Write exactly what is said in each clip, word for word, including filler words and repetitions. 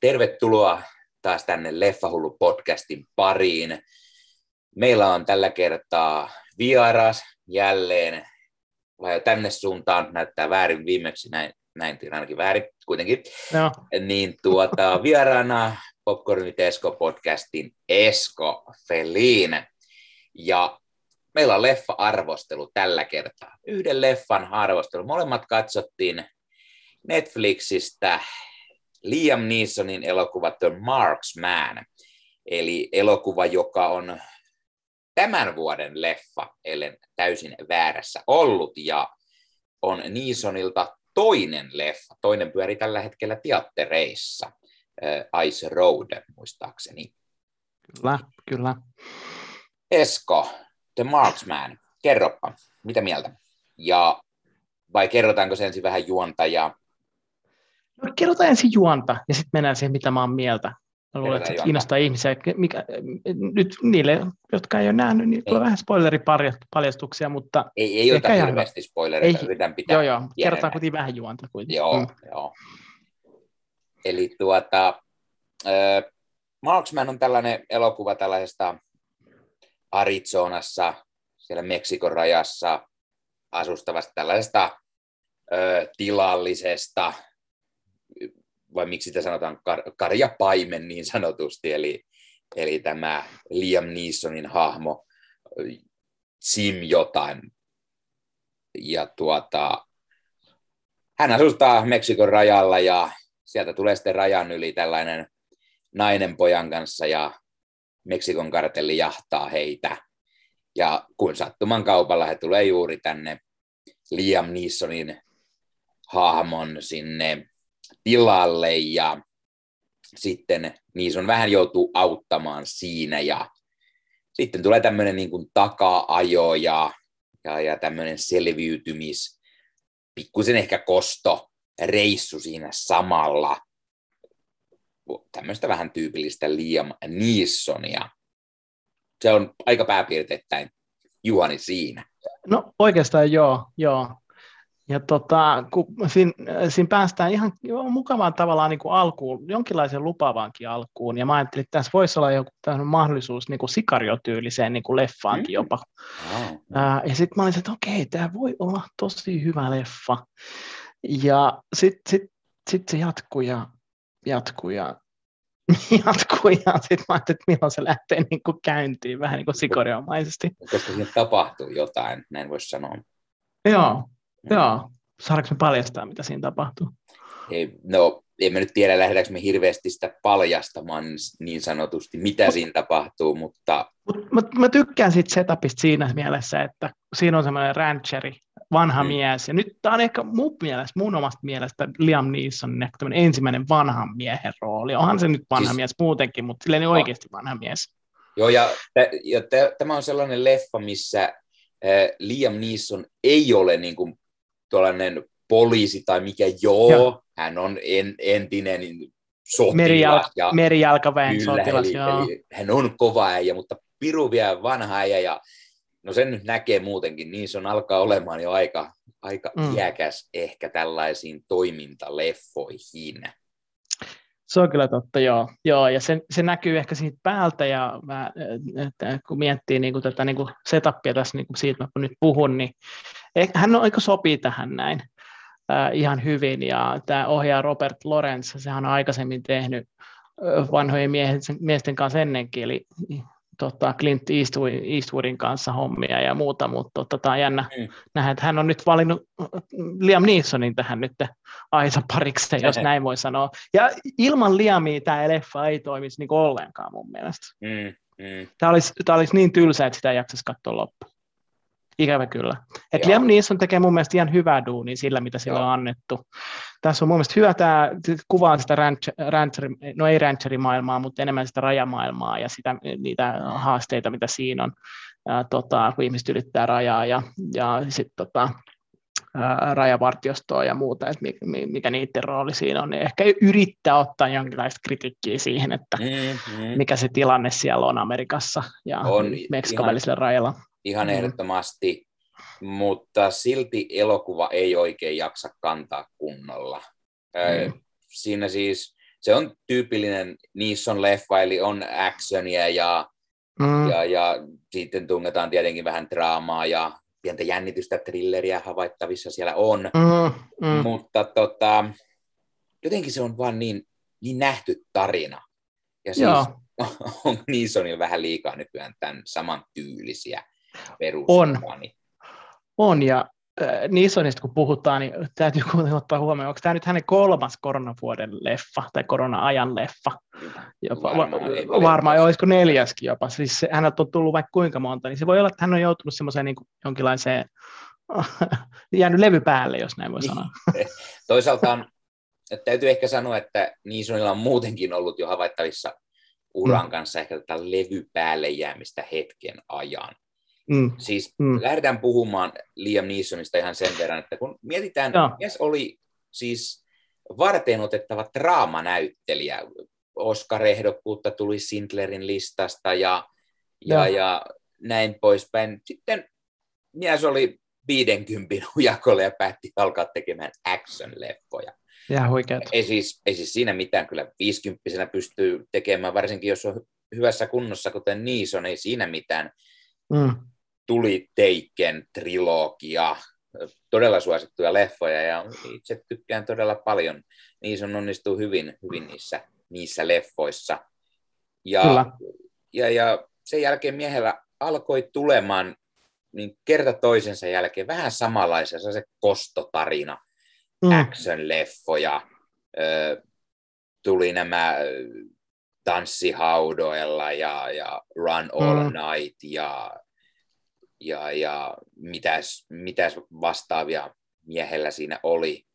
Tervetuloa taas tänne Leffahullu podcastin pariin. Meillä on tällä kertaa vieras jälleen, vai tänne suuntaan, näyttää väärin viimeksi, näin, näin ainakin väärin kuitenkin. No. Niin tuota, vieraana Popcorn Esko podcastin Esko Felin. Ja meillä on leffa-arvostelu tällä kertaa. Yhden leffan arvostelu. Molemmat katsottiin Netflixistä Liam Neesonin elokuva The Marksman, eli elokuva, joka on tämän vuoden leffa, ellen täysin väärässä ollut, ja on Neesonilta toinen leffa. Toinen pyörii tällä hetkellä teattereissa, Ice Road, muistaakseni. Kyllä, kyllä. Esko, The Marksman, kerropa, mitä mieltä? Ja vai kerrotaanko sen ensin vähän juonta ja... No, kerrotaan ensin juonta ja sitten mennään siihen, mitä mä oon mieltä. Mä luulen, että se kiinnostaa ihmisiä. Mikä, nyt niille, jotka ei ole nähnyt, niin tulee vähän spoileripaljastuksia, mutta... Ei, ei ota hirveästi spoilereita, yritän pitää... Joo, joo, kerrotaan kuitenkin vähän juonta. Kuitenkin. Joo, mm. joo. Eli tuota, äh, Marksman on tällainen elokuva tällaisesta Arizonassa, siellä Meksikon rajassa asustavasta tällaisesta äh, tilallisesta, vai miksi sitä sanotaan, kar- karjapaimen niin sanotusti, eli, eli tämä Liam Neesonin hahmo, Sim jotain. Ja tuota, hän asustaa Meksikon rajalla ja sieltä tulee sitten rajan yli tällainen nainen pojan kanssa ja Meksikon kartelli jahtaa heitä. Ja kun sattuman kaupalla he tulee juuri tänne Liam Neesonin hahmon sinne tilalle ja sitten Neeson vähän joutuu auttamaan siinä ja sitten tulee tämmöinen niin kuin taka-ajo ja, ja, ja tämmöinen selviytymis, pikkusen ehkä kosto reissu siinä samalla. Tämmöistä vähän tyypillistä Liam Neesonia. Se on aika pääpiirteittäin juoni siinä. No oikeastaan joo, joo. Ja tota, kun siinä, siinä päästään ihan mukavaan tavallaan niin kuin alkuun, jonkinlaisen lupaavaankin alkuun, ja mä ajattelin, että tässä voisi olla joku mahdollisuus niin kuin Sicario-tyyliseen niin kuin leffaankin mm. jopa. Oh. Ää, ja sitten mä olin, että okei, tämä voi olla tosi hyvä leffa. Ja sitten sit, sit se jatkuu ja jatkuu ja jatkuu, ja sitten mä ajattelin, että milloin se lähtee niin kuin käyntiin, vähän niin kuin Sicario-maisesti. Koska siinä tapahtuu jotain, näin voisi sanoa. Joo. Joo, saadaanko me paljastaa, mitä siinä tapahtuu? Ei, no, en mä nyt tiedä, lähdetäänkö me hirveästi sitä paljastamaan niin sanotusti, mitä siinä tapahtuu, mutta... Mä, mä tykkään siitä setupista siinä mielessä, että siinä on semmoinen rancheri, vanha mm. mies, ja nyt tämä on ehkä mun mielestä, mun omasta mielestä Liam Neesonin ensimmäinen vanhan miehen rooli. Onhan se nyt vanha siis... mies muutenkin, mutta silleen oh. oikeasti vanha mies. Joo, ja, ja t- tämä on sellainen leffa, missä äh, Liam Neeson ei ole niin kuin tuollainen poliisi tai mikä, joo, joo. hän on en, entinen sotilas. Merijalka, ja, merijalkaväen kyllä, sotilas, eli, joo. Eli hän on kova äijä, mutta piru vielä vanha äijä, ja no sen nyt näkee muutenkin, niin se on alkaa olemaan jo aika, aika mm. iäkäs ehkä tällaisiin toimintaleffoihin. Se on kyllä totta, joo. joo ja se, se näkyy ehkä siitä päältä, ja mä, että kun miettii niin kuin tätä niin kuin setupia tässä, niin kuin siitä mä nyt puhun, niin hän on aika sopii tähän näin äh, ihan hyvin, ja tämä ohjaaja Robert Lawrence, sehän on aikaisemmin tehnyt äh, vanhojen miesten, miesten kanssa ennenkin, eli tota, Clint Eastwood, Eastwoodin kanssa hommia ja muuta, mutta tota, tämä on jännä mm. nähdä, että hän on nyt valinnut Liam Neesonin tähän nyt aisapariksi, jos näin voi sanoa. Ja ilman Liamia tämä leffa ei toimisi niin ollenkaan mun mielestä. Mm. Mm. Tämä olisi, tämä olisi niin tylsä, että sitä ei jaksaisi katsoa loppuun. Ikävä kyllä. Et Liam Neeson tekee mun mielestä ihan hyvää duunia sillä, mitä sillä Joo. on annettu. Tässä on mun mielestä hyvä tämä, kuvaa sitä ranch, rancher, no ei rancherimaailmaa, mutta enemmän sitä rajamaailmaa ja sitä, niitä haasteita, mitä siinä on, ja, tota, kun ihmiset ylittää rajaa ja, ja sitten tota, rajavartiostoa ja muuta, että mikä niiden rooli siinä on. Niin ehkä yrittää ottaa jonkinlaista kritiikkiä siihen, että mm-hmm. mikä se tilanne siellä on Amerikassa ja Meksikon välisellä rajalla. Ihan ehdottomasti, mm. mutta silti elokuva ei oikein jaksa kantaa kunnolla. Mm. Siinä siis se on tyypillinen Neeson leffa, eli on actionia ja, mm. ja, ja sitten tungetaan tietenkin vähän draamaa ja pientä jännitystä, thrilleriä havaittavissa siellä on, mm. Mm. mutta tota, jotenkin se on vaan niin, niin nähty tarina. Ja siis on Neesonilla vähän liikaa nykyään tämän saman tyylisiä perusfani. On. on, ja äh, Neesonista kun puhutaan, niin täytyy ottaa huomioon, onko tämä nyt hänen kolmas koronavuoden leffa, tai korona-ajan leffa? Jopa, varmaan, varmaan olisiko neljäskin jopa. Siis häneltä on tullut vaikka kuinka monta, niin se voi olla, että hän on joutunut semmoiseen niin kuin jonkinlaiseen, jäänyt levy päälle, jos näin voi sanoa. Toisaalta on, täytyy ehkä sanoa, että Neesonilla on muutenkin ollut jo havaittavissa uran mm. kanssa ehkä tätä levy päälle jäämistä hetken ajan. Mm. Siis mm. lähdetään puhumaan Liam Neesonista ihan sen verran, että kun mietitään, mies oli siis varten otettava draamanäyttelijä. Oscar-ehdokkuutta tuli Sindlerin listasta ja, ja, ja näin poispäin. Sitten mies oli viidenkympin hujakolla ja päätti alkaa tekemään action-leffoja. Ja huikeat. Ei siis, ei siis siinä mitään, kyllä viisikymppisenä pystyy tekemään, varsinkin jos on hyvässä kunnossa, kuten Neeson, ei siinä mitään. Mm. Tuli Taken trilogia, todella suosittuja leffoja, ja itse tykkään todella paljon. Neeson onnistuu hyvin, hyvin niissä, niissä leffoissa. Ja, ja, ja sen jälkeen miehellä alkoi tulemaan niin kerta toisensa jälkeen vähän samanlaisia, se kostotarina. Mm. Action-leffoja, ö, tuli nämä Tanssihaudoilla ja, ja Run All mm. Night ja, ja, ja mitäs, mitäs vastaavia miehellä siinä oli.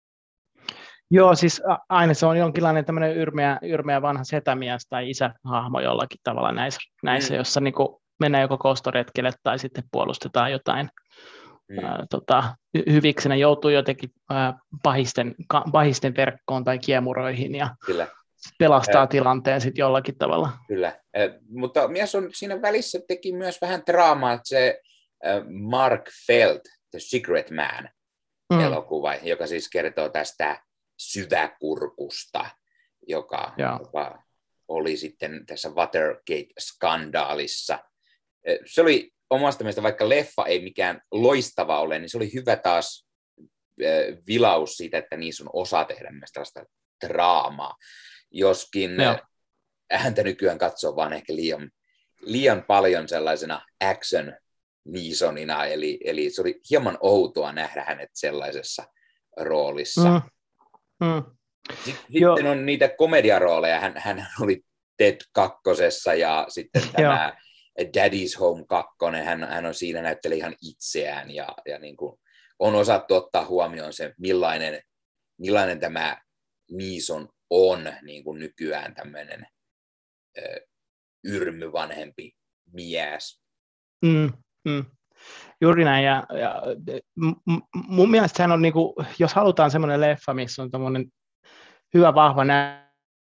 Joo, siis aina se on jonkinlainen tämmöinen yrmeä, yrmeä vanha setämies tai isähahmo jollakin tavalla näissä, näissä mm. jossa niin kuin mennään joko kostoretkelle tai sitten puolustetaan jotain. Mm. Ää, tota, hyviksenä joutuu jotenkin ää, pahisten, ka, pahisten verkkoon tai kiemuroihin ja Kyllä. pelastaa äh, tilanteen sitten jollakin tavalla. Kyllä, äh, mutta mies on siinä välissä teki myös vähän draamaa, että se äh, Mark Felt, The Secret Man mm. elokuva, joka siis kertoo tästä syväkurkusta, joka, joka oli sitten tässä Watergate-skandaalissa. Se oli omasta mielestä, vaikka leffa ei mikään loistava ole, niin se oli hyvä taas äh, vilaus siitä, että niissä on osa tehdä myös tällaista draamaa. Joskin Joo. häntä nykyään katsoo vaan ehkä liian, liian paljon sellaisena action Neesonina, eli, eli se oli hieman outoa nähdä hänet sellaisessa roolissa. Mm. Mm. Sitten on niitä komediarooleja, hän, hän oli Ted kakkosessa ja sitten tämä Daddy's Home kakkonen, hän, hän on siinä näytteli ihan itseään ja, ja niin kuin on osattu ottaa huomioon se, millainen, millainen tämä Neeson on niin kuin nykyään tämmöinen ö, yrmyvanhempi mies. Mm, mm. Juuri näin, ja, ja m- mun mielestä hän on, niin kuin, jos halutaan semmoinen leffa, missä on tämmöinen hyvä, vahva nä...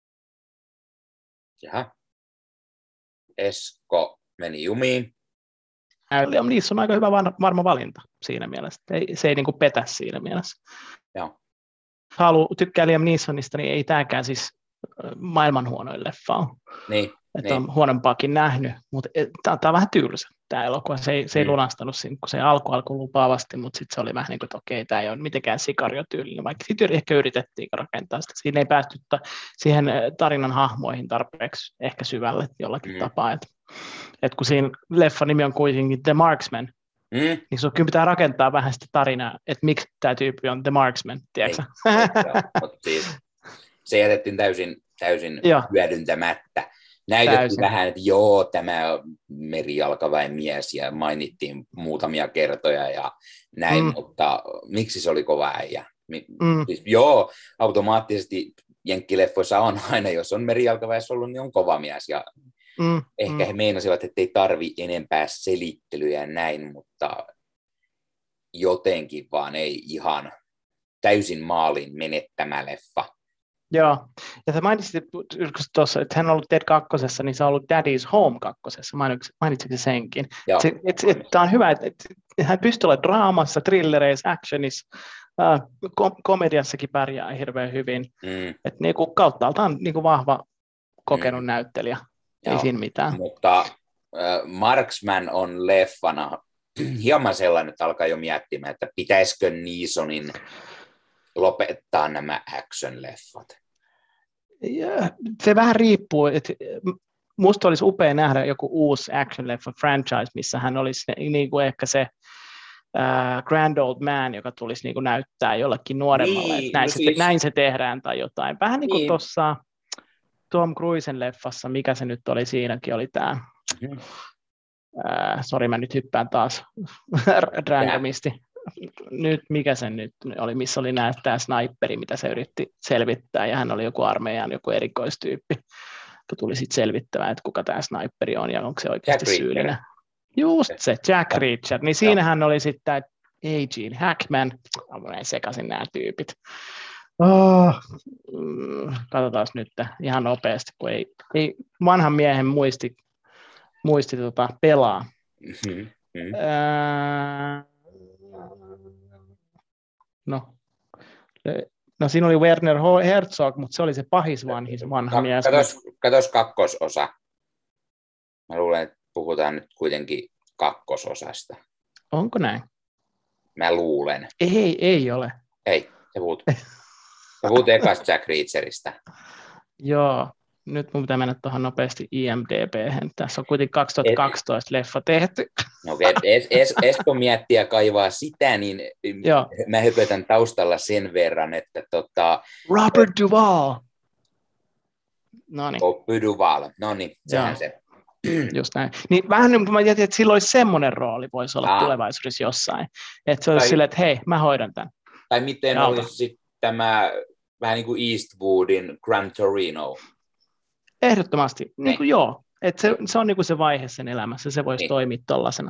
Jaha. Esko meni jumiin. Liam Neeson on aika hyvä varma valinta siinä mielessä. Ei, se ei niin kuin petä siinä mielessä. Joo. Halu tykkää Liam Neesonista, niin ei tämäkään siis maailman huonoin leffa ole. Niin, että niin. on huonompaakin nähnyt, mutta tämä on vähän tylsä tämä elokuva. Se ei, se ei mm. lunastanut siinä, kun se alku alkoi lupaavasti, mutta sitten se oli vähän niin kuin, että okei, tämä ei ole mitenkään sikariotyylinen, vaikka sitten ehkä yritettiin rakentaa sitä. Siinä ei päästy siihen tarinan hahmoihin tarpeeksi ehkä syvälle jollakin mm. tapaa. Että et kun siinä leffan nimi on kuitenkin The Marksman, mm. niin sun kyllä pitää rakentaa vähän sitä tarinaa, että miksi tämä tyyppi on The Marksman, tiedätkö? Siis, se jätettiin täysin, täysin hyödyntämättä. Näytettiin täysin. Vähän, että joo, tämä merijalkaväenmies ja mainittiin muutamia kertoja ja näin, mm. mutta miksi se oli kova äijä? Mm. Siis, joo, automaattisesti jenkkileffoissa on aina, jos on merijalkaväessä ollut, niin on kova mies ja mm. ehkä mm. he meinasivat, että ei tarvi enempää selittelyjä ja näin, mutta jotenkin vaan ei ihan täysin maalin menettämä leffa. Joo, ja sä mainitsit tuossa, että hän on ollut Ted kakkosessa, niin se on ollut Daddy's Home kakkosessa, mainitsitko senkin? Joo. Se, et, et, tämä on hyvä, että et, hän pystyy olemaan draamassa, thrillereissä, actionissa, äh, kom- komediassakin pärjää hirveän hyvin, Mm. että niinku, kauttaaltaan niinku vahva kokenut mm. näyttelijä, ei Joo. siinä mitään. Mutta äh, Marksman on leffana hieman sellainen, että alkaa jo miettimään, että pitäisikö Neesonin lopettaa nämä action-leffat. Ja, se vähän riippuu, että musta olisi upea nähdä joku uusi action-leffa franchise, missä hän olisi niin kuin ehkä se uh, grand old man, joka tulisi niin kuin näyttää jollekin nuoremmalle, niin, että näin, no se, siis... näin se tehdään tai jotain. Vähän niin kuin niin. tuossa Tom Cruisen leffassa, mikä se nyt oli, siinäkin oli tämä, mm-hmm. uh, sori mä nyt hyppään taas randomisti. Nyt, mikä se nyt oli, missä oli nämä, tämä sniperi, mitä se yritti selvittää, ja hän oli joku armeijan joku erikoistyyppi, joka tuli sitten selvittämään, että kuka tämä sniperi on, ja onko se oikeasti Jack syyllinen. Reacher. Just se, Jack Reacher, niin siinähän oli sitten tämä A. Gene Hackman, näin sekaisin nämä tyypit. Oh, katsotaan nyt ihan nopeasti, kun ei, ei vanhan miehen muisti, muisti tota, pelaa. Mm-hmm. Mm-hmm. Äh, No, no siinä oli Werner Herzog, mutta se oli se pahis vanhis, vanha mies. Katos, katos kakkososa. Mä luulen, että puhutaan nyt kuitenkin kakkososasta. Onko näin? Mä luulen. Ei, ei ole. Ei, se puhut. Se puhut ekasta Jack Reacheristä. Joo, nyt mun pitää mennä tuohon nopeasti I M D B:hen. Tässä on kuitenkin kaksituhattakaksitoista et... leffa tehty. Okei, okay. es, es, Espo miettii ja kaivaa sitä, niin Joo. Mä höpötän taustalla sen verran, että tota... Robert Duvall! Noniin. Robert Duvall, no niin, sehän Joo. se. Just näin. Niin vähän niin mä jätin, että sillä olisi semmoinen rooli, voisi olla Aa. tulevaisuudessa jossain. Että se olisi tai... silleen, että hei, mä hoidan tämän. Tai miten Jalta. Olisi sitten tämä vähän niin kuin Eastwoodin Gran Torino. Ehdottomasti, niin kuin joo. Et se, se on niin kuin se vaihe sen elämässä, se voisi niin. toimia tollaisena.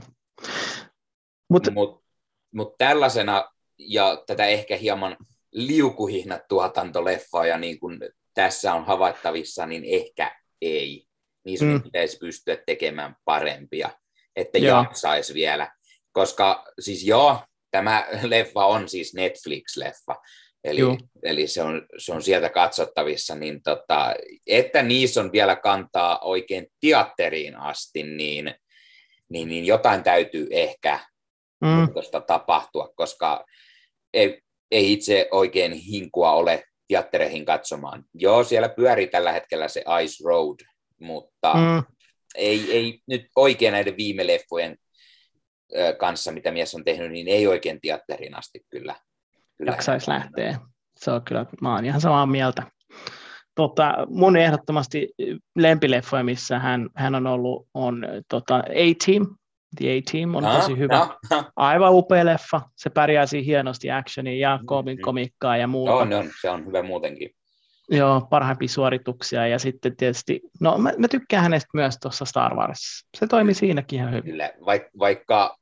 Mutta mut, mut tällaisena, ja tätä ehkä hieman liukuhihnatuotantoleffaa, ja niin kuin tässä on havaittavissa, niin ehkä ei. Niin sun mm. pitäisi pystyä tekemään parempia, että jaksaisi vielä. Koska siis joo, tämä leffa on siis Netflix-leffa. Eli, eli se, on, se on sieltä katsottavissa, niin tota, että niissä on vielä kantaa oikein teatteriin asti, niin, niin, niin jotain täytyy ehkä mm. muutosta tapahtua, koska ei, ei itse oikein hinkua ole teattereihin katsomaan. Joo, siellä pyörii tällä hetkellä se Ice Road, mutta mm. ei, ei nyt oikein näiden viime leffojen kanssa, mitä mies on tehnyt, niin ei oikein teatteriin asti kyllä. Jaksaisi lähteä. Se on kyllä, mä oon ihan samaa mieltä. Tota, mun ehdottomasti lempileffoja, missä hän, hän on ollut, on tota, A-Team. The A-Team on no, tosi hyvä. No, no. Aivan upea leffa. Se pärjää siinä hienosti actionia ja mm-hmm. komikkaa ja muuta. On, on, se on hyvä muutenkin. Joo, parhaimpia suorituksia. Ja sitten tietysti, no mä, mä tykkään hänestä myös tuossa Star Wars. Se toimi siinäkin ihan hyvin. Kyllä, vaikka, vaikka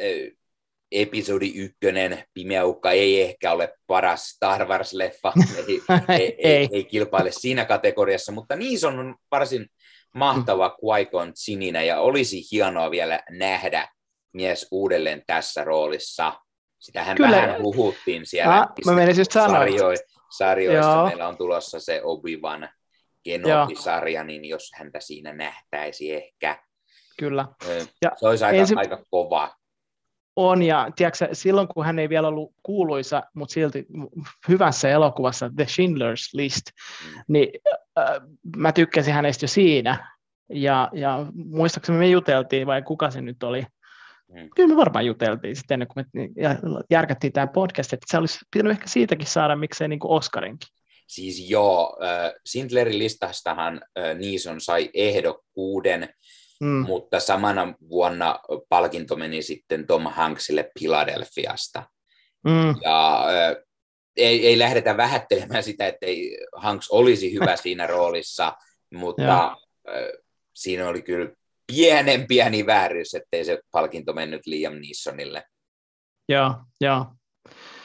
episodi ykkönen, Pimeä Ukka ei ehkä ole paras Star Wars-leffa, ei, ei, ei. ei kilpaile siinä kategoriassa, mutta niissä on varsin mahtava Qui-Gon Jinnina, ja olisi hienoa vielä nähdä mies uudelleen tässä roolissa. Sitähän Kyllä. vähän huhuttiin siellä ah, sarjo- sarjoissa. Meillä on tulossa se Obi-Wan Kenobi-sarja, niin jos häntä siinä nähtäisi ehkä. Kyllä. Ja se olisi aika, ensi... aika kova. On, ja tiedätkö, silloin kun hän ei vielä ollut kuuluisa, mutta silti hyvässä elokuvassa The Schindler's List, mm. niin äh, mä tykkäsin hänestä jo siinä. Ja, ja muistaakseni me juteltiin, vai kuka se nyt oli? Mm. Kyllä me varmaan juteltiin sitten ennen kuin me järkättiin tämä podcast, että se olisi pitänyt ehkä siitäkin saada, miksei niin kuin Oscarinkin. Siis joo, äh, Schindlerin listastahan äh, Neeson sai ehdokkuuden, Mm. mutta samana vuonna palkinto meni sitten Tom Hanksille Philadelphiasta. Mm. Ja äh, ei, ei lähdetä vähättelemään sitä, että ei Hanks olisi hyvä siinä roolissa, mutta äh, siinä oli kyllä pienen pieni vääryys, ettei se palkinto mennyt Liam Neesonille. Joo, joo.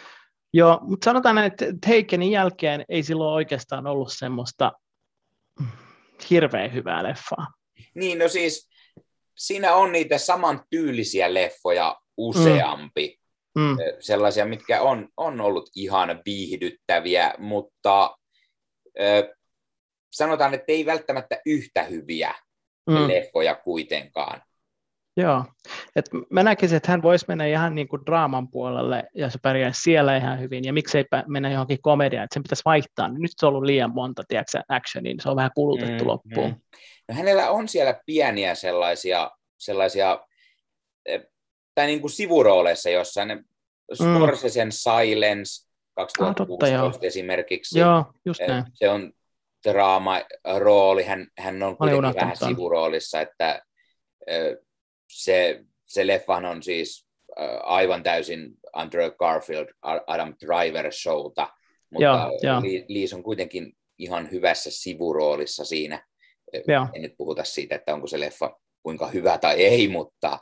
Joo, mutta sanotaan, että Takenin jälkeen ei silloin oikeastaan ollut semmoista hirveän hyvää leffaa. Niin, no siis siinä on niitä samantyylisiä leffoja useampi. Mm. Sellaisia, mitkä on, on ollut ihan viihdyttäviä, mutta äh, sanotaan, että ei välttämättä yhtä hyviä mm. leffoja kuitenkaan. Joo, et mä näkisin, että hän voisi mennä ihan niin kuin draaman puolelle, ja se pärjäisi siellä ihan hyvin, ja miksei mennä johonkin komediaan, että sen pitäisi vaihtaa. Nyt se on ollut liian monta, tiedätkö, actionia, niin se on vähän kulutettu mm, loppuun. Mm. No, hänellä on siellä pieniä sellaisia, sellaisia tai niin kuin sivurooleissa jossain, Scorsesen mm. Silence kaksituhattakuusitoista ah, totta, esimerkiksi. Joo, just näin. Se on draama-rooli, hän, hän on kuitenkin vähän ton. sivuroolissa, että se, se leffahan on siis aivan täysin Andrew Garfield, Adam Driver showta, mutta joo, Lees on kuitenkin ihan hyvässä sivuroolissa siinä. Joo. En nyt puhuta siitä, että onko se leffa kuinka hyvä tai ei, mutta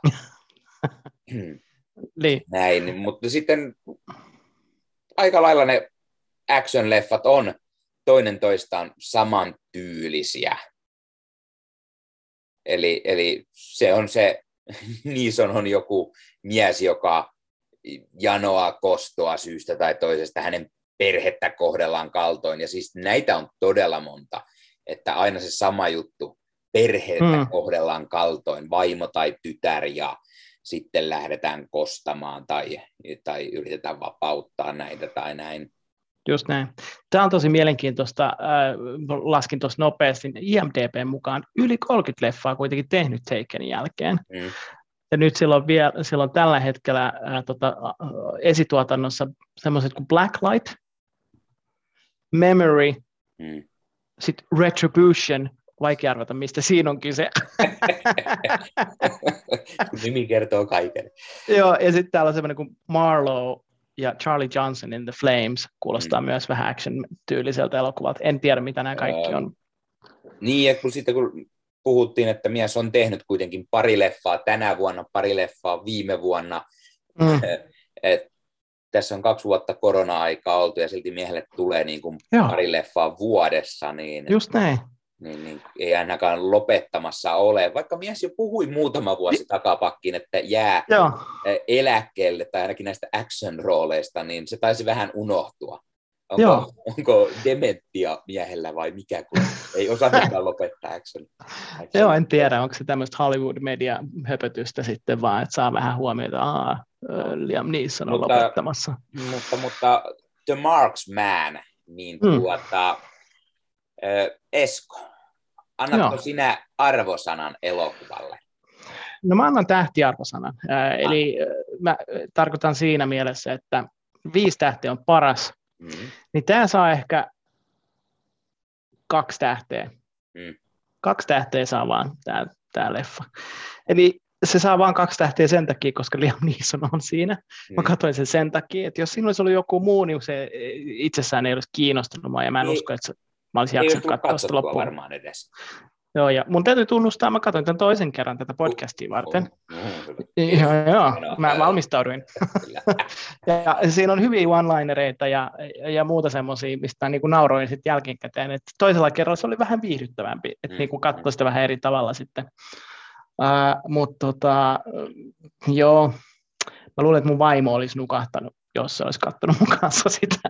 näin. Mutta sitten aika lailla ne action-leffat on toinen toistaan samantyylisiä. Eli, eli se on se, Neeson on joku mies, joka janoaa kostoa syystä tai toisesta, hänen perhettä kohdellaan kaltoin, ja siis näitä on todella monta, että aina se sama juttu, perhettä mm. kohdellaan kaltoin, vaimo tai tytär, ja sitten lähdetään kostamaan tai, tai yritetään vapauttaa näitä tai näin. Just näin. Tämä on tosi mielenkiintoista. Äh, laskin tuossa nopeasti. I M D B:n mukaan yli kolmekymmentä leffaa kuitenkin tehnyt Takenin jälkeen. Mm. Ja nyt silloin, vielä, silloin tällä hetkellä äh, tota, esituotannossa semmoiset kuin Blacklight, Memory, mm. sitten Retribution, vaikea arvata, mistä siinä on kyse. Nimi kertoo kaiken. Joo, ja sitten täällä on semmoinen kuin Marlowe ja Charlie Johnson in the Flames, kuulostaa mm. myös vähän action-tyyliseltä elokuvalta. En tiedä, mitä nämä kaikki on. Uh, niin, ja kun sitten kun puhuttiin, että mies on tehnyt kuitenkin pari leffaa tänä vuonna, pari leffaa viime vuonna, mm. et, tässä on kaksi vuotta korona-aikaa oltu, ja silti miehelle tulee niin kuin pari leffaa vuodessa, niin, just näin. Niin, niin ei ainakaan lopettamassa ole. Vaikka mies jo puhui muutama vuosi takapakkiin, että jää Joo. eläkkeelle, tai ainakin näistä action-rooleista, niin se taisi vähän unohtua. Onko, onko dementia miehellä vai mikä, kun ei osaakaan lopettaa action? action. Joo, en tiedä, onko se tämmöistä Hollywood-media-höpötystä sitten vaan, että saa vähän huomiota, aa, Liam Neeson on mutta, lopettamassa. Mutta, mutta The Marksman, niin tuota, mm. Esko, annatko Joo. sinä arvosanan elokuvalle? No mä annan tähtiarvosanan, ah. eli mä tarkoitan siinä mielessä, että viisi tähteä on paras, mm. niin tämä saa ehkä kaksi tähteä. Mm. Kaksi tähteä saa vaan tämä, tämä leffa. Eli se saa vaan kaksi tähteä sen takia, koska Liam Neeson on siinä. Mm. Mä katsoin sen sen takia, että jos siinä olisi ollut joku muu, niin se itsessään ei olisi kiinnostunut mua, ja mä en ei, usko, että mä olisin jaksanut katsoa sitä loppuun. Varmaan edes. Joo, ja mun täytyy tunnustaa, mä katsoin tämän toisen kerran tätä podcastia varten. Uh, uh, uh, joo, joo, mä valmistauduin. Ja siinä on hyviä one-linereita ja, ja muuta semmoisia, mistä niin kuin nauroin sitten jälkikäteen. Et toisella kerralla se oli vähän viihdyttävämpi, että mm, niin kuin katsoi sitä vähän eri tavalla sitten. Uh, Mutta tota, joo, mä luulen, että mun vaimo olisi nukahtanut, jos se olisi katsonut mun kanssa sitä.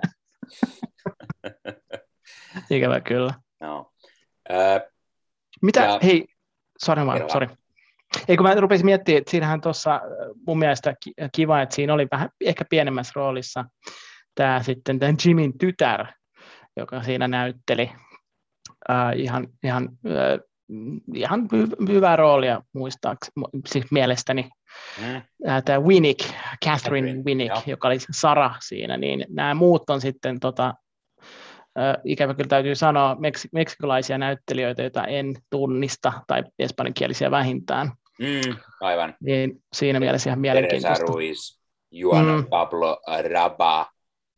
Ikävä kyllä. No. Uh, Mitä, ja, hei, sori vaan, sori. Ei, kun mä rupesin miettimään, että siinähän tuossa mun mielestä kiva, että siinä oli vähän ehkä pienemmässä roolissa tämä sitten tämän Jimin tytär, joka siinä näytteli äh, ihan, ihan, äh, ihan hy- hyvää roolia muistaakseni, siis mielestäni. Mm. Äh, tämä Winnick, Catherine, Catherine Winnick, jo. joka oli Sara siinä, niin nämä muut on sitten tota, Uh, ikävä kyllä täytyy sanoa meksi- meksikolaisia näyttelijöitä, joita en tunnista, tai espanjankielisiä vähintään. Mm, aivan. Niin siinä mielessä ihan mielenkiintoista. Teresa Ruiz, Juan mm. Pablo Raba.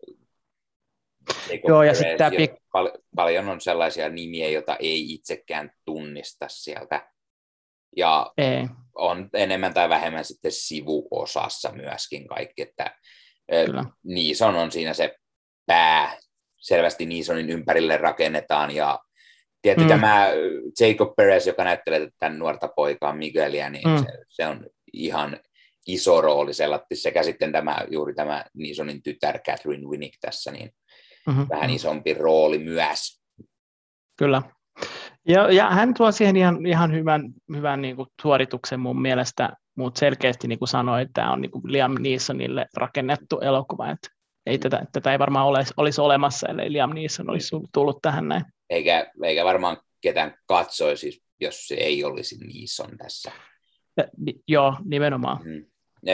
Joo, ja sitten tämä pik- pal- paljon on sellaisia nimiä, joita ei itsekään tunnista sieltä. Ja ei. On enemmän tai vähemmän sitten sivuosassa myöskin kaikki, että Neeson on siinä se pää selvästi Neesonin ympärille rakennetaan, ja tietty Mm. tämä Jacob Perez, joka näyttelee tämän nuorta poikaa Miguelia, niin Mm. se, se on ihan iso rooli sellatti, sekä sitten tämä, juuri tämä Neesonin tytär Catherine Winnick tässä, niin Mm-hmm. vähän isompi rooli myös. Kyllä. Ja, ja hän tuo siihen ihan, ihan hyvän, hyvän niin kuin suorituksen mun mielestä, mutta selkeästi niin kuin sanoi, että tämä on niin kuin Liam Neesonille rakennettu elokuva, että ei tätä, tätä ei varmaan olisi, olisi olemassa, ellei Liam Neeson olisi tullut tähän näin. Eikä, eikä varmaan ketään katsoisi, jos se ei olisi Neeson tässä. Ja, joo, nimenomaan. Mm.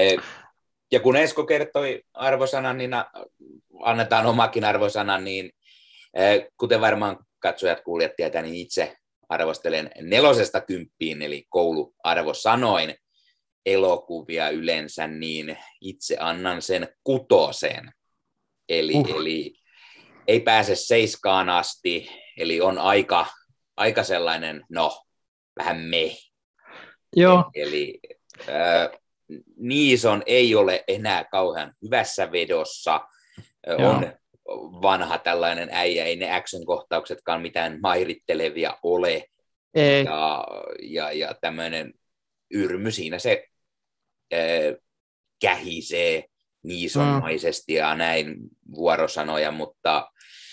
Ja kun Esko kertoi arvosanan, niin annetaan omakin arvosana, niin kuten varmaan katsojat kuulijat tietää, niin itse arvostelen nelosesta kymppiin, eli kouluarvosanoin elokuvia yleensä, niin itse annan sen kutoseen. Eli, uh. eli ei pääse seiskaan asti, eli on aika, aika sellainen, no, vähän me. Joo. Eli äh, Neeson ei ole enää kauhean hyvässä vedossa, Joo. on vanha tällainen äijä, ei ne action-kohtauksetkaan mitään mairittelevia ole, ei. ja, ja, ja tämmöinen yrmy siinä se äh, kähisee Neesonmaisesti ja näin vuorosanoja, mutta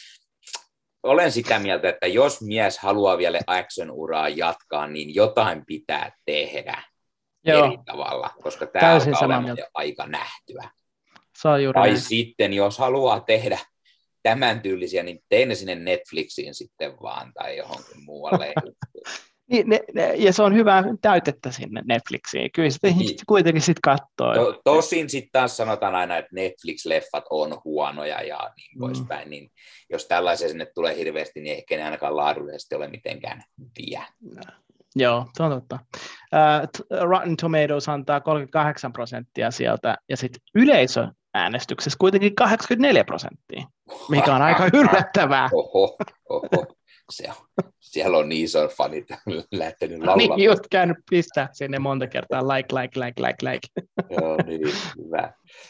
olen sitä mieltä, että jos mies haluaa vielä action-uraa jatkaa, niin jotain pitää tehdä Joo. eri tavalla, koska tämä alkaa olemaan aika nähtyä. Tai näin. Sitten, jos haluaa tehdä tämän tyylisiä, niin tee ne sinne Netflixiin sitten vaan tai johonkin muualle. Niin, ne, ne, ja se on hyvä täytettä sinne Netflixiin. Kyllä sitä niin. ihmiset kuitenkin sitten katsoo. To, tosin sitten taas sanotaan aina, että Netflix-leffat on huonoja ja niin mm. poispäin. Niin jos tällaisia sinne tulee hirveästi, niin ehkä ne ainakaan laadullisesti ole mitenkään vie. Joo, se on totta. Uh, Rotten Tomatoes antaa kolmekymmentäkahdeksan prosenttia sieltä, ja sitten yleisöäänestyksessä kuitenkin kahdeksankymmentäneljä prosenttia, mikä on aika yllättävää. Oho, oho. Se on, siellä on Neeson fanit lähtenyt laulamaan. Niin, just käynyt pistää sinne monta kertaa, like, like, like, like, like. Joo, niin, hyvä.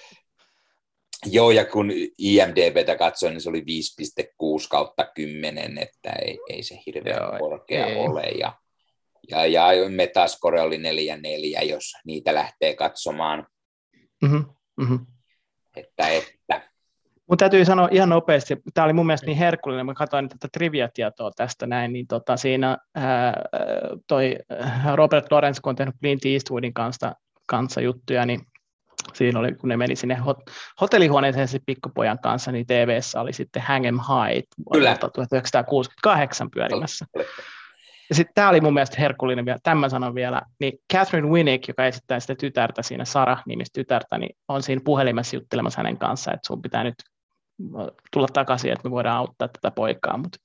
Joo, ja kun I M D B:tä katsoin, niin se oli viisi pilkku kuusi kautta kymmenen, että ei, ei se hirveän Joo, korkea ei. ole. Ja, ja, ja Metascore oli neljä neljä, jos niitä lähtee katsomaan. Mm-hmm, mm-hmm. Että, että. Mun täytyy sanoa ihan nopeasti, tämä oli mun mielestä niin herkullinen, mä katsoin tätä trivia-tietoa tästä näin, niin tota, siinä ää, toi Robert Lawrence, kun on tehnyt Clint Eastwoodin kanssa, kanssa juttuja, niin siinä oli, kun ne meni sinne hot- hotellihuoneeseen sen pikkupojan kanssa, niin T V:ssä oli sitten Hang 'em High vuodelta tuhatyhdeksänsataakuusikymmentäkahdeksan pyörimässä. Kyllä. Ja sitten tämä oli mun mielestä herkullinen vielä, tämän sanon vielä, niin Catherine Winnick, joka esittää sitä tytärtä siinä, Sarah-nimistä tytärtä, niin on siinä puhelimessa juttelemassa hänen kanssaan, että sun pitää nyt tulla takaisin, että me voidaan auttaa tätä poikaa, mutta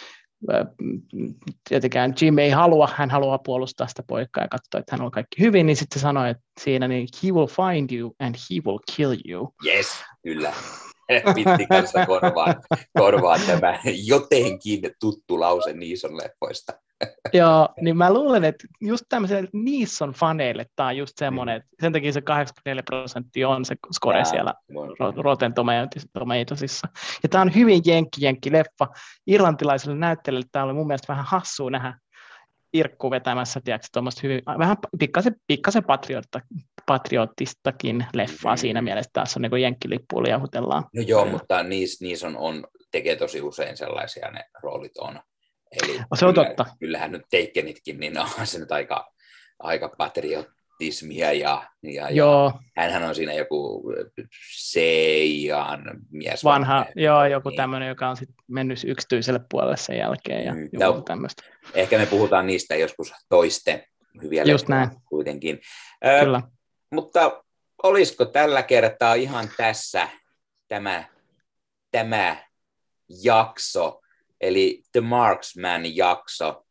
tietenkään Jim ei halua, hän haluaa puolustaa sitä poikaa ja katsoa, että hän on kaikki hyvin, niin sitten se sanoi, että siinä niin he will find you and he will kill you. Yes, kyllä. Pitti kanssa korvaan, korvaan tämä jotenkin tuttu lause Neeson leffoista. Joo, niin mä luulen, että just tämmöiselle Neeson-faneille tämä on just semmoinen, että sen takia se kahdeksankymmentäneljä prosenttia on se score Jaa, siellä Rotten Tomatoesissa. Ja tämä on hyvin jenkki-jenkki-leffa. Irlantilaiselle näyttelijälle tämä oli mun mielestä vähän hassua nähdä Irkku vetämässä, tiedätkö, tuommoista hyvin, vähän pikkasen, pikkasen patriotta, patriottistakin leffaa mm. siinä mielessä. Tässä on niin kuin jenkkilippuilla jahutellaan. No joo, mutta Neeson on, tekee tosi usein sellaisia, ne roolit on. Eli se on kyllä, totta. Kyllähän nyt Takenitkin, niin on se nyt aika, aika patriotismia ja, ja, ja hänhän on siinä joku Seijan mies. Vanha, vanha joo, joku niin. Tämmöinen, joka on sitten mennyt yksityiselle puolelle sen jälkeen ja mm, joku tämmöistä. Ehkä me puhutaan niistä joskus toisten hyviä Just näin. Kuitenkin. Kyllä. Ö, mutta olisiko tällä kertaa ihan tässä tämä, tämä jakso? Eli The Marksman-jakso.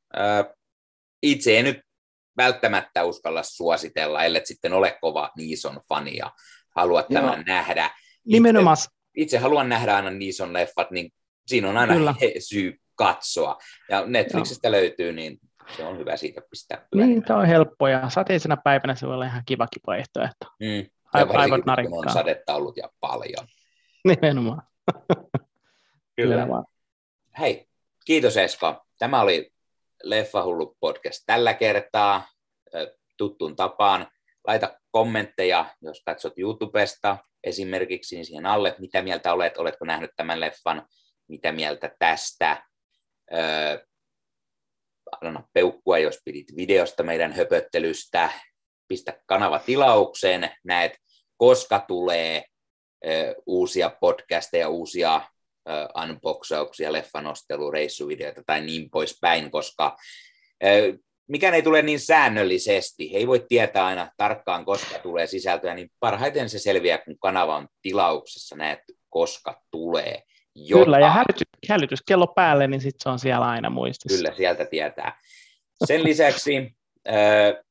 Itse en nyt välttämättä uskalla suositella, ellei sitten ole kova Neeson-fani ja halua Joo. tämän nähdä. Itse, Nimenomaan. Itse haluan nähdä aina Neeson-leffat, niin siinä on aina he, syy katsoa. Ja Netflixistä Joo. löytyy, niin se on hyvä siitä pistää. Niin, tämä on helppo ja sateisena päivänä se voi olla ihan kivakin vaihtoehto. Mm. Ja varsinkin, kun on sadetta ollut ja paljon. Nimenomaan. Kyllä. Hei, kiitos Esko. Tämä oli Leffahullu podcast tällä kertaa tuttuun tapaan. Laita kommentteja, jos katsot YouTubesta esimerkiksi, niin siihen alle, mitä mieltä olet, oletko nähnyt tämän leffan, mitä mieltä tästä. Öö, anna peukkua, jos pidit videosta meidän höpöttelystä. Pistä kanava tilaukseen, näet, koska tulee ö, uusia podcasteja, uusia ö, unboxauksia, leffanostelua, reissuvideoita tai niin poispäin, koska ö, mikään ei tule niin säännöllisesti. Ei voi tietää aina tarkkaan, koska tulee sisältöä, niin parhaiten se selviää, kun kanava on tilauksessa, näet, koska tulee jotain. Kyllä, ja hälytys, hälytyskello päälle, niin sitten se on siellä aina muistissa. Kyllä, sieltä tietää. Sen lisäksi ö,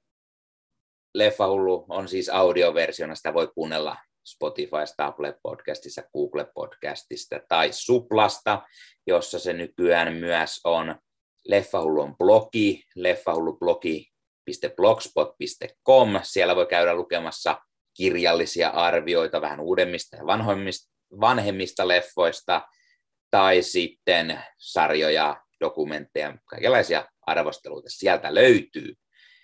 Leffahullu on siis audioversiona, sitä voi kuunnella Spotifysta, Apple Podcastista, Google Podcastista tai Suplasta, jossa se nykyään myös on. Leffahullu on blogi, leffahullublogi piste blogspot piste com. Siellä voi käydä lukemassa kirjallisia arvioita vähän uudemmista ja vanhemmista, vanhemmista leffoista, tai sitten sarjoja, dokumentteja, kaikenlaisia arvosteluita sieltä löytyy.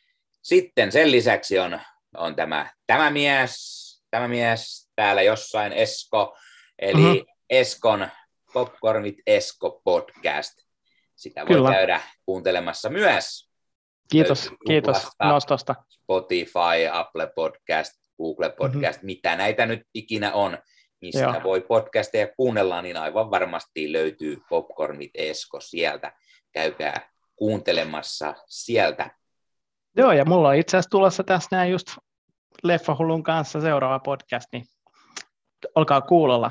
Sitten sen lisäksi on, on tämä, tämä, mies, tämä mies täällä jossain, Esko, eli uh-huh. Eskon Popcorn with Esko podcast. Sitä voi Kyllä. käydä kuuntelemassa myös. Kiitos, kiitos nostosta. Spotify, Apple Podcast, Google Podcast, mm-hmm. mitä näitä nyt ikinä on, mistä Joo. voi podcasteja kuunnella, niin aivan varmasti löytyy Popcorn with Esko sieltä. Käykää kuuntelemassa sieltä. Joo, ja mulla on itse asiassa tulossa tässä näin just Leffahullun kanssa seuraava podcast, niin olkaa kuulolla.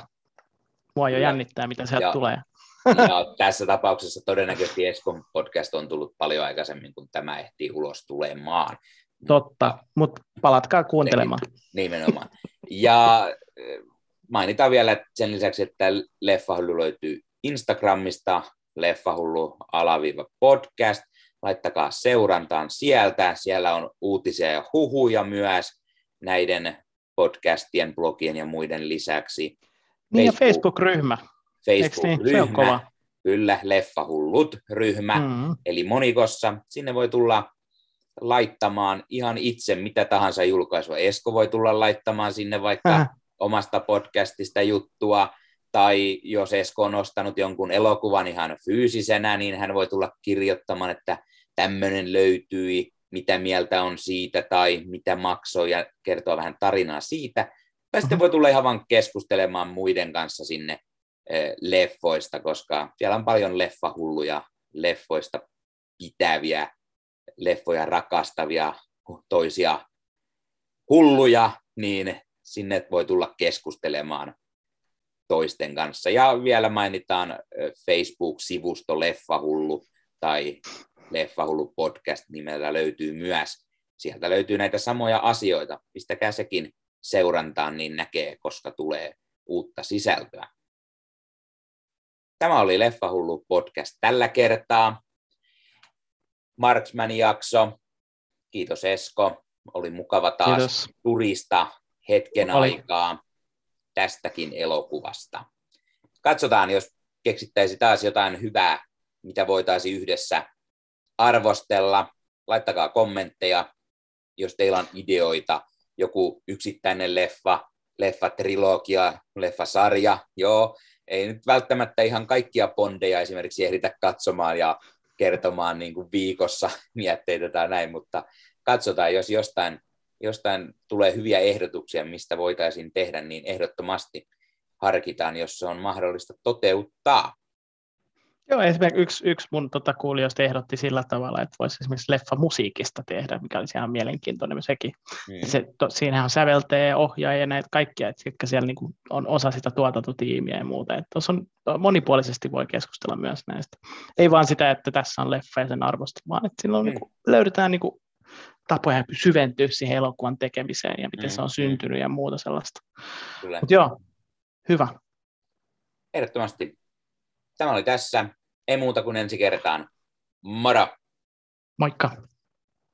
Mua jo jännittää, mitä sieltä ja, tulee. Ja tässä tapauksessa todennäköisesti Eskon podcast on tullut paljon aikaisemmin, kun tämä ehtii ulos tulemaan. Totta, mutta palatkaa kuuntelemaan. Nimenomaan. Ja mainitaan vielä että sen lisäksi, että Leffahullu löytyy Instagramista, Leffahullu alaviiva podcast. Laittakaa seurantaan sieltä. Siellä on uutisia ja huhuja myös näiden podcastien, blogien ja muiden lisäksi. Niin Facebook, ja Facebook-ryhmä. Facebook-ryhmä, niin? Kyllä, Leffahullut-ryhmä, mm-hmm. eli monikossa. Sinne voi tulla laittamaan ihan itse mitä tahansa julkaisua. Esko voi tulla laittamaan sinne vaikka äh. omasta podcastista juttua, tai jos Esko on ostanut jonkun elokuvan ihan fyysisenä, niin hän voi tulla kirjoittamaan, että tämmöinen löytyi, mitä mieltä on siitä, tai mitä maksoi, ja kertoa vähän tarinaa siitä. Tai sitten voi tulla ihan vaan keskustelemaan muiden kanssa sinne eh, leffoista, koska siellä on paljon leffahulluja, leffoista pitäviä, leffoja rakastavia, toisia hulluja, niin sinne voi tulla keskustelemaan toisten kanssa. Ja vielä mainitaan Facebook-sivusto Leffahullu tai Leffahullu podcast nimellä löytyy myös. Sieltä löytyy näitä samoja asioita. Pistäkää sekin seurantaan, niin näkee, koska tulee uutta sisältöä. Tämä oli Leffahullu podcast tällä kertaa. Marksmanin jakso. Kiitos Esko. Oli mukava taas Kiitos. turista hetken oli. aikaa tästäkin elokuvasta. Katsotaan, jos keksittäisi taas jotain hyvää, mitä voitaisiin yhdessä arvostella. Laittakaa kommentteja, jos teillä on ideoita. Joku yksittäinen leffa, leffatrilogia, leffasarja. Joo, ei nyt välttämättä ihan kaikkia bondeja esimerkiksi ehditä katsomaan ja kertomaan niin kuin viikossa mietteitä tai näin, mutta katsotaan, jos jostain, jostain tulee hyviä ehdotuksia, mistä voitaisiin tehdä, niin ehdottomasti harkitaan, jos se on mahdollista toteuttaa. Joo, esimerkiksi yksi, yksi mun tota, kuulijoista ehdotti sillä tavalla, että voisi esimerkiksi leffamusiikista tehdä, mikä olisi ihan mielenkiintoinen sekin. Hmm. Se, to, siinähän on säveltäjä, ohjaaja ja näitä kaikkia, että jotka siellä niin kuin, on osa sitä tuotantotiimiä ja muuta. Tuossa on monipuolisesti voi keskustella myös näistä. Ei vaan sitä, että tässä on leffa ja sen arvosta, vaan että silloin hmm. niin kuin, löydetään niin kuin, tapoja syventyä siihen elokuvan tekemiseen ja miten hmm. se on syntynyt ja muuta sellaista. Mutta joo, hyvä. Ehdottomasti. Tämä oli tässä. Ei muuta kuin ensi kertaan. Moro! Moikka!